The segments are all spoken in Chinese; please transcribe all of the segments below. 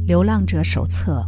流浪者手册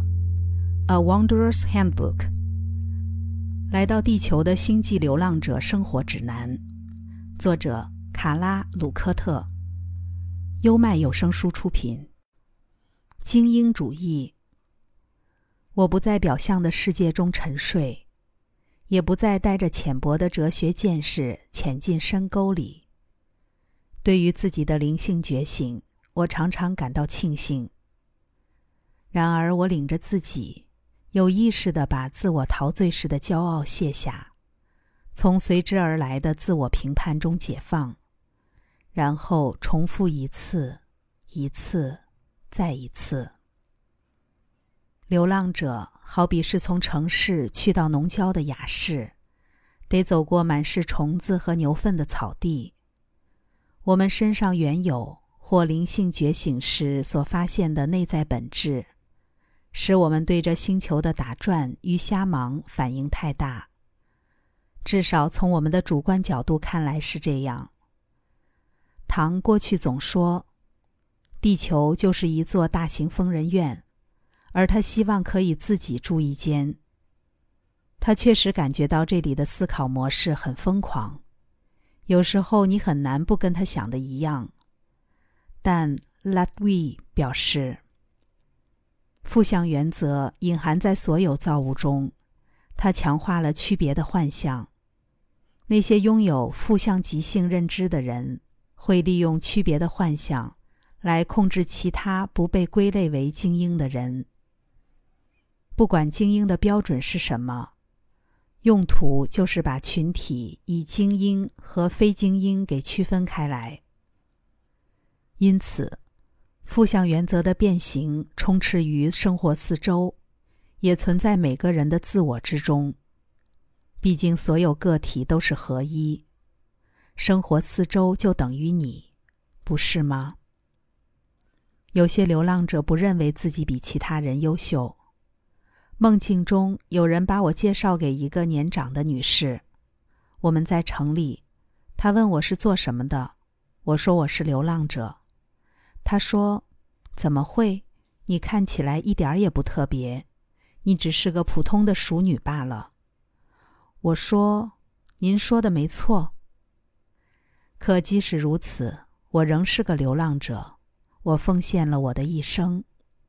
A Wanderer's Handbook 来到地球的星际流浪者生活指南，作者卡拉·鲁科特，优麦有声书出品。精英主义。我不在表象的世界中沉睡，也不再带着浅薄的哲学见识潜进深沟里。对于自己的灵性觉醒，我常常感到庆幸。然而我领着自己，有意识地把自我陶醉时的骄傲卸下，从随之而来的自我评判中解放，然后重复一次，一次，再一次。流浪者好比是从城市去到农郊的雅士，得走过满是虫子和牛粪的草地。我们身上原有或灵性觉醒时所发现的内在本质，使我们对这星球的打转与瞎忙反应太大。至少从我们的主观角度看来是这样。唐过去总说，地球就是一座大型疯人院，而他希望可以自己住一间。他确实感觉到这里的思考模式很疯狂，有时候你很难不跟他想的一样。但 Latwey 表示，负向原则隐含在所有造物中，它强化了区别的幻象。那些拥有负向极性认知的人，会利用区别的幻象来控制其他不被归类为精英的人。不管精英的标准是什么，用途就是把群体以精英和非精英给区分开来。因此，负向原则的变形充斥于生活四周，也存在每个人的自我之中。毕竟所有个体都是合一，生活四周就等于你，不是吗？有些流浪者不认为自己比其他人优秀。梦境中有人把我介绍给一个年长的女士，我们在城里，她问我是做什么的，我说我是流浪者。她说，怎么会？你看起来一点也不特别，你只是个普通的淑女罢了。我说，您说的没错。可即使如此，我仍是个流浪者，我奉献了我的一生。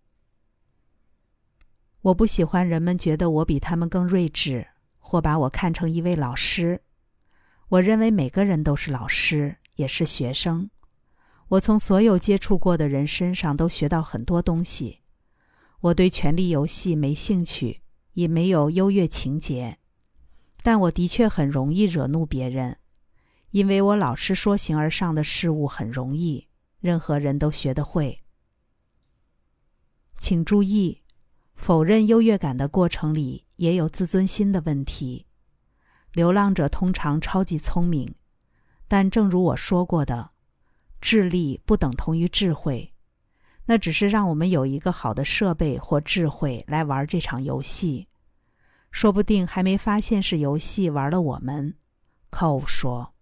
我不喜欢人们觉得我比他们更睿智，或把我看成一位老师。我认为每个人都是老师，也是学生。我从所有接触过的人身上都学到很多东西。我对权力游戏没兴趣，也没有优越情节，但我的确很容易惹怒别人，因为我老是说形而上的事物很容易，任何人都学得会。请注意，否认优越感的过程里也有自尊心的问题。流浪者通常超级聪明，但正如我说过的，智力不等同于智慧，那只是让我们有一个好的设备或智慧来玩这场游戏，说不定还没发现是游戏玩了我们。Cole 说，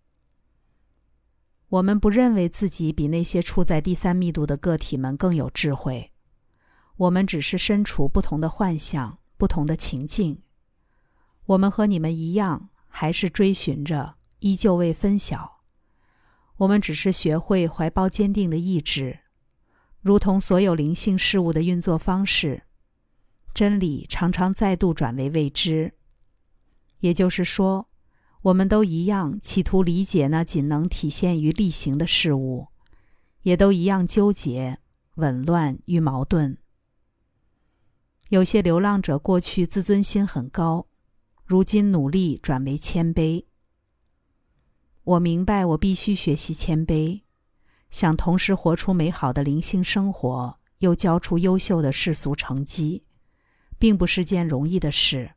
我们不认为自己比那些处在第三密度的个体们更有智慧，我们只是身处不同的幻象，不同的情境。我们和你们一样，还是追寻着，依旧未分晓。我们只是学会怀抱坚定的意志，如同所有灵性事物的运作方式，真理常常再度转为未知。也就是说，我们都一样企图理解那仅能体现于例行的事物，也都一样纠结、紊乱与矛盾。有些流浪者过去自尊心很高，如今努力转为谦卑。我明白我必须学习谦卑，想同时活出美好的灵性生活，又交出优秀的世俗成绩，并不是件容易的事。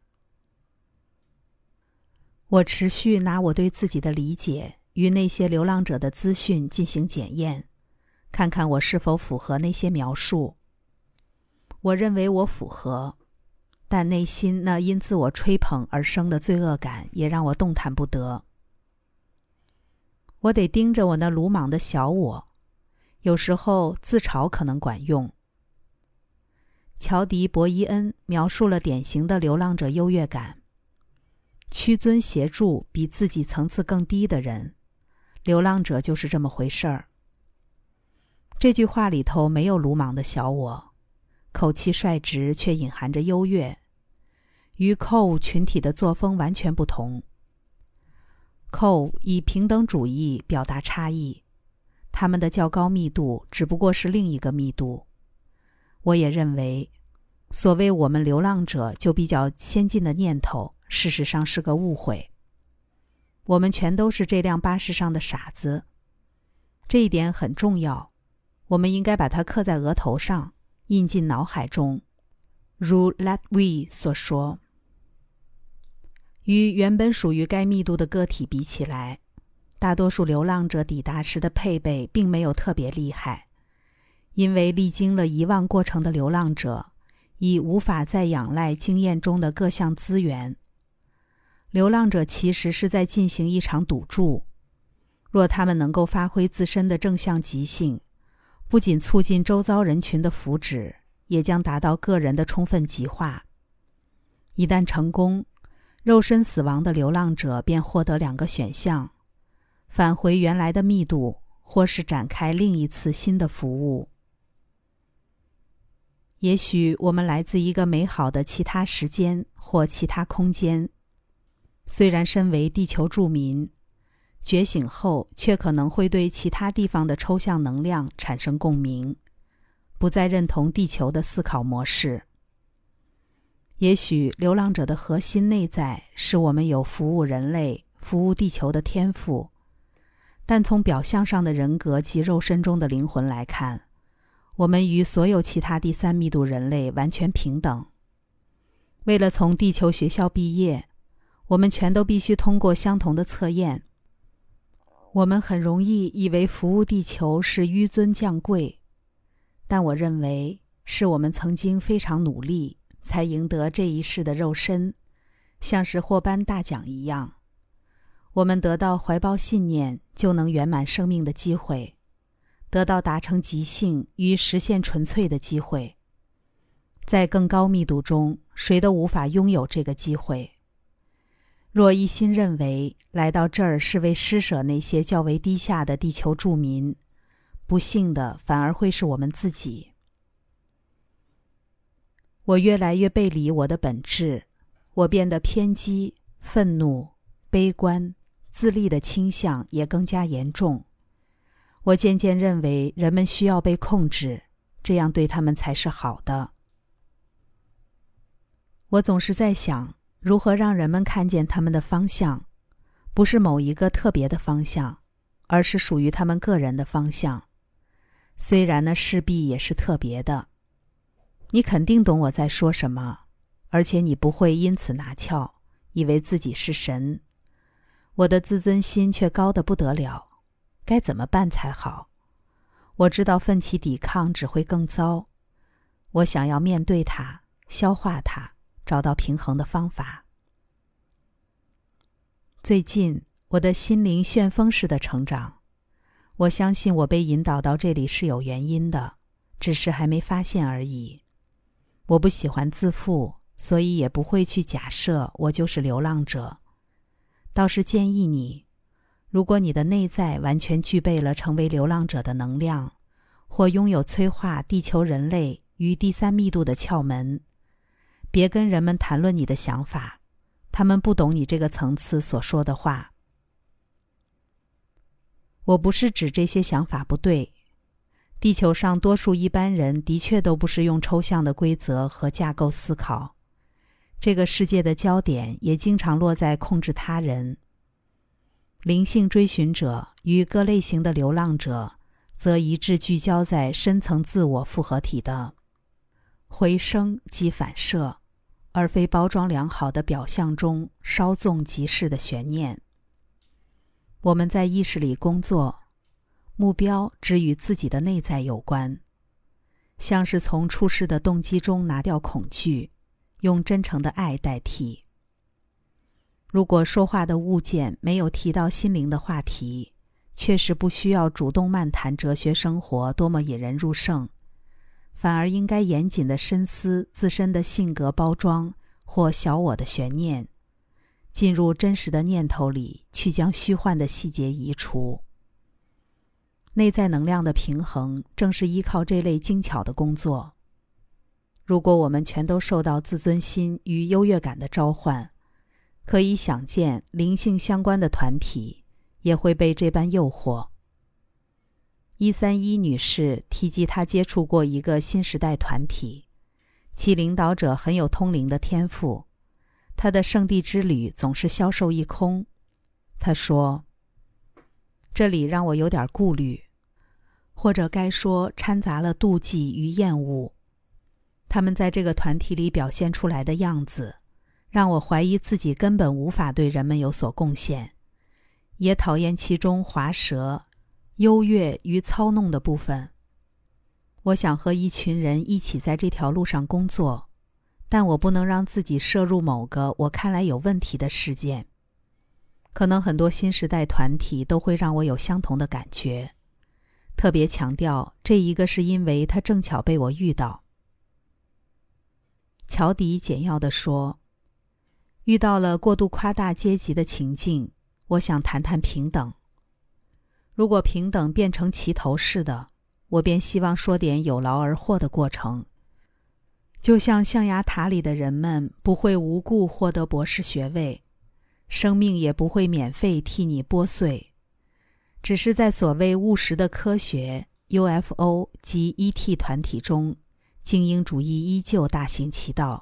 我持续拿我对自己的理解与那些流浪者的资讯进行检验，看看我是否符合那些描述。我认为我符合，但内心那因自我吹捧而生的罪恶感也让我动弹不得。我得盯着我那鲁莽的小我，有时候自嘲可能管用。 乔迪·博伊恩描述了典型的流浪者优越感。屈尊协助比自己层次更低的人，流浪者就是这么回事儿。这句话里头没有鲁莽的小我，口气率直却隐含着优越，与寇群体的作风完全不同。寇以平等主义表达差异，他们的较高密度只不过是另一个密度。我也认为，所谓我们流浪者就比较先进的念头，事实上是个误会。我们全都是这辆巴士上的傻子，这一点很重要，我们应该把它刻在额头上，印进脑海中。如 Latwey 所说，与原本属于该密度的个体比起来，大多数流浪者抵达时的配备并没有特别厉害，因为历经了遗忘过程的流浪者已无法再仰赖经验中的各项资源。流浪者其实是在进行一场赌注，若他们能够发挥自身的正向极性，不仅促进周遭人群的福祉，也将达到个人的充分极化。一旦成功，肉身死亡的流浪者便获得两个选项：返回原来的密度，或是展开另一次新的服务。也许我们来自一个美好的其他时间或其他空间，虽然身为地球住民，觉醒后却可能会对其他地方的抽象能量产生共鸣，不再认同地球的思考模式。也许流浪者的核心内在是我们有服务人类、服务地球的天赋，但从表象上的人格及肉身中的灵魂来看，我们与所有其他第三密度人类完全平等。为了从地球学校毕业，我们全都必须通过相同的测验。我们很容易以为服务地球是纡尊降贵，但我认为是我们曾经非常努力，才赢得这一世的肉身，像是获颁大奖一样。我们得到怀抱信念就能圆满生命的机会，得到达成极性与实现纯粹的机会。在更高密度中，谁都无法拥有这个机会。若一心认为来到这儿是为施舍那些较为低下的地球住民，不幸的反而会是我们自己。我越来越背离我的本质，我变得偏激、愤怒、悲观，自利的倾向也更加严重。我渐渐认为人们需要被控制，这样对他们才是好的。我总是在想，如何让人们看见他们的方向，不是某一个特别的方向，而是属于他们个人的方向。虽然那势必也是特别的。你肯定懂我在说什么，而且你不会因此拿翘，以为自己是神。我的自尊心却高得不得了，该怎么办才好？我知道奋起抵抗只会更糟。我想要面对它，消化它，找到平衡的方法。最近，我的心灵旋风式的成长。我相信我被引导到这里是有原因的，只是还没发现而已。我不喜欢自负，所以也不会去假设我就是流浪者。倒是建议你，如果你的内在完全具备了成为流浪者的能量，或拥有催化地球人类与第三密度的窍门，别跟人们谈论你的想法，他们不懂你这个层次所说的话。我不是指这些想法不对，地球上多数一般人的确都不是用抽象的规则和架构思考，这个世界的焦点也经常落在控制他人。灵性追寻者与各类型的流浪者则一致聚焦在深层自我复合体的回声及反射，而非包装良好的表象中稍纵即逝的悬念。我们在意识里工作，目标只与自己的内在有关，像是从处事的动机中拿掉恐惧，用真诚的爱代替。如果说话的物件没有提到心灵的话题，确实不需要主动漫谈哲学生活多么引人入胜， 反而应该严谨地深思自身的性格包装或小我的悬念，进入真实的念头里，去将虚幻的细节移除。内在能量的平衡正是依靠这类精巧的工作。如果我们全都受到自尊心与优越感的召唤，可以想见灵性相关的团体也会被这般诱惑。131女士提及她接触过一个新时代团体，其领导者很有通灵的天赋，她的圣地之旅总是销售一空。她说，这里让我有点顾虑，或者该说掺杂了妒忌与厌恶。他们在这个团体里表现出来的样子，让我怀疑自己根本无法对人们有所贡献，也讨厌其中滑舌、优越与操弄的部分。我想和一群人一起在这条路上工作，但我不能让自己涉入某个我看来有问题的事件。可能很多新时代团体都会让我有相同的感觉，特别强调这一个是因为它正巧被我遇到。乔迪简要地说，遇到了过度夸大阶级的情境，我想谈谈平等。如果平等变成齐头式的，我便希望说点有劳而获的过程，就像象牙塔里的人们不会无故获得博士学位，生命也不会免费替你剥碎，只是在所谓务实的科学 UFO 及 ET 团体中，精英主义依旧大行其道。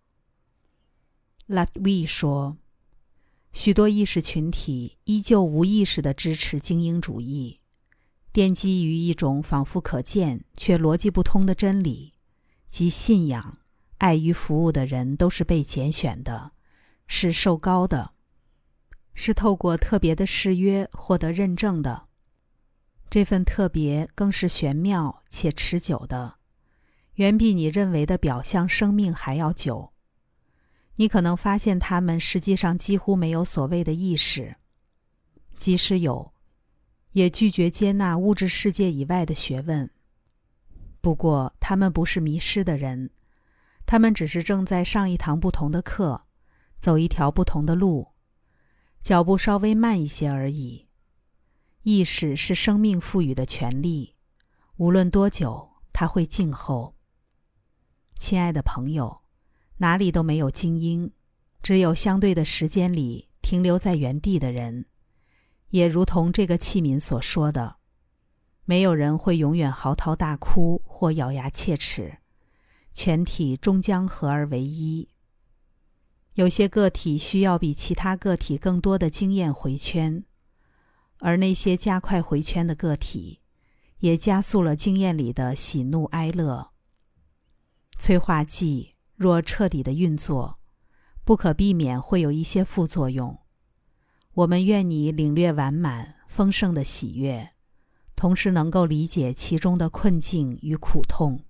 拉维说，许多意识群体依旧无意识地支持精英主义，奠基于一种仿佛可见却逻辑不通的真理，即信仰、爱与服务的人都是被拣选的，是受膏的，是透过特别的誓约获得认证的。这份特别更是玄妙且持久的，远比你认为的表象生命还要久。你可能发现他们实际上几乎没有所谓的意识，即使有，也拒绝接纳物质世界以外的学问。不过他们不是迷失的人，他们只是正在上一堂不同的课，走一条不同的路，脚步稍微慢一些而已。意识是生命赋予的权利，无论多久，它会静候。亲爱的朋友，哪里都没有精英，只有相对的时间里停留在原地的人。也如同这个器皿所说的，没有人会永远嚎啕大哭或咬牙切齿，全体终将合而为一。有些个体需要比其他个体更多的经验回圈，而那些加快回圈的个体，也加速了经验里的喜怒哀乐。催化剂若彻底的运作，不可避免会有一些副作用。我们愿你领略完满丰盛的喜悦，同时能够理解其中的困境与苦痛。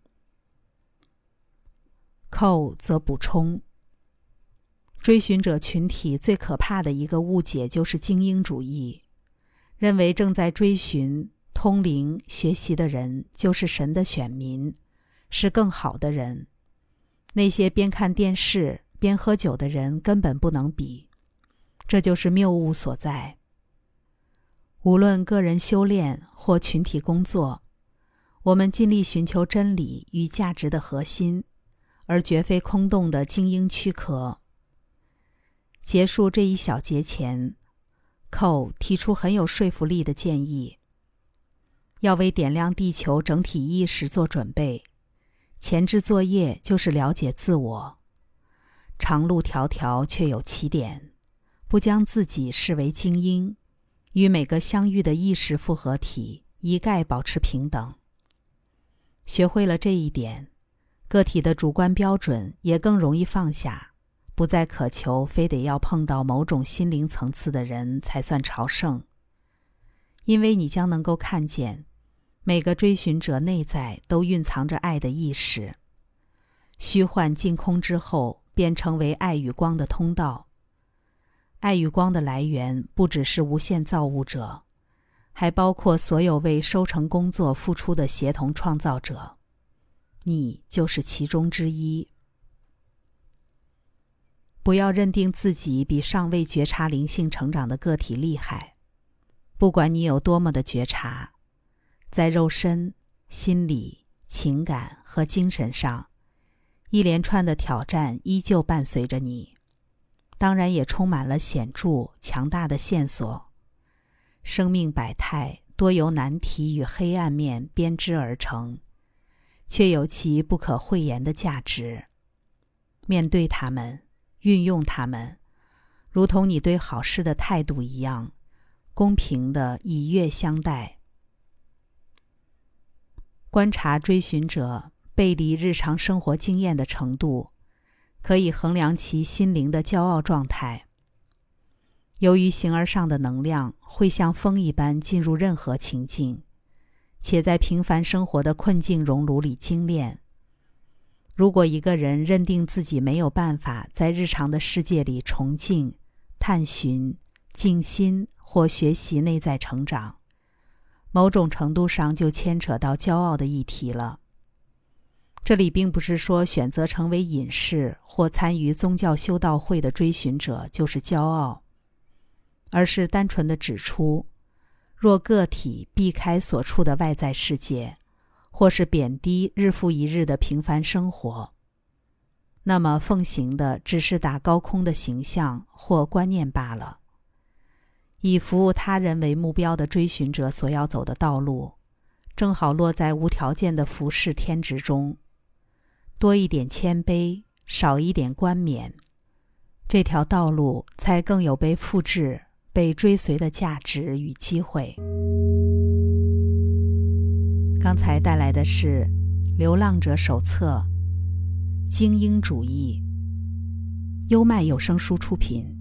寇则补充，追寻者群体最可怕的一个误解就是精英主义，认为正在追寻、通灵、学习的人就是神的选民，是更好的人。那些边看电视边喝酒的人根本不能比，这就是谬误所在。无论个人修炼或群体工作，我们尽力寻求真理与价值的核心，而绝非空洞的精英躯壳。结束这一小节前，寇提出很有说服力的建议，要为点亮地球整体意识做准备，前置作业就是了解自我。长路迢迢却有起点，不将自己视为精英，与每个相遇的意识复合体一概保持平等。学会了这一点，个体的主观标准也更容易放下，不再渴求非得要碰到某种心灵层次的人才算朝圣。因为你将能够看见，每个追寻者内在都蕴藏着爱的意识。虚幻净空之后，便成为爱与光的通道。爱与光的来源不只是无限造物者，还包括所有为收成工作付出的协同创造者。 你就是其中之一。不要认定自己比尚未觉察灵性成长的个体厉害，不管你有多么的觉察，在肉身、心理、情感和精神上，一连串的挑战依旧伴随着你，当然也充满了显著、强大的线索。生命百态多由难题与黑暗面编织而成，却有其不可讳言的价值。面对它们，运用它们，如同你对好事的态度一样，公平地以悦相待。观察追寻者背离日常生活经验的程度，可以衡量其心灵的骄傲状态。由于形而上的能量会像风一般进入任何情境，且在平凡生活的困境熔炉里精炼。如果一个人认定自己没有办法在日常的世界里重静、探寻、静心或学习内在成长，某种程度上就牵扯到骄傲的议题了。这里并不是说选择成为隐士或参与宗教修道会的追寻者就是骄傲，而是单纯地指出，若个体避开所处的外在世界，或是贬低日复一日的平凡生活，那么奉行的只是打高空的形象或观念罢了。以服务他人为目标的追寻者所要走的道路，正好落在无条件的服侍天职中，多一点谦卑，少一点冠冕，这条道路才更有被复制、被追随的价值与机会。刚才带来的是《流浪者手册》，精英主义，优麦有声书出品。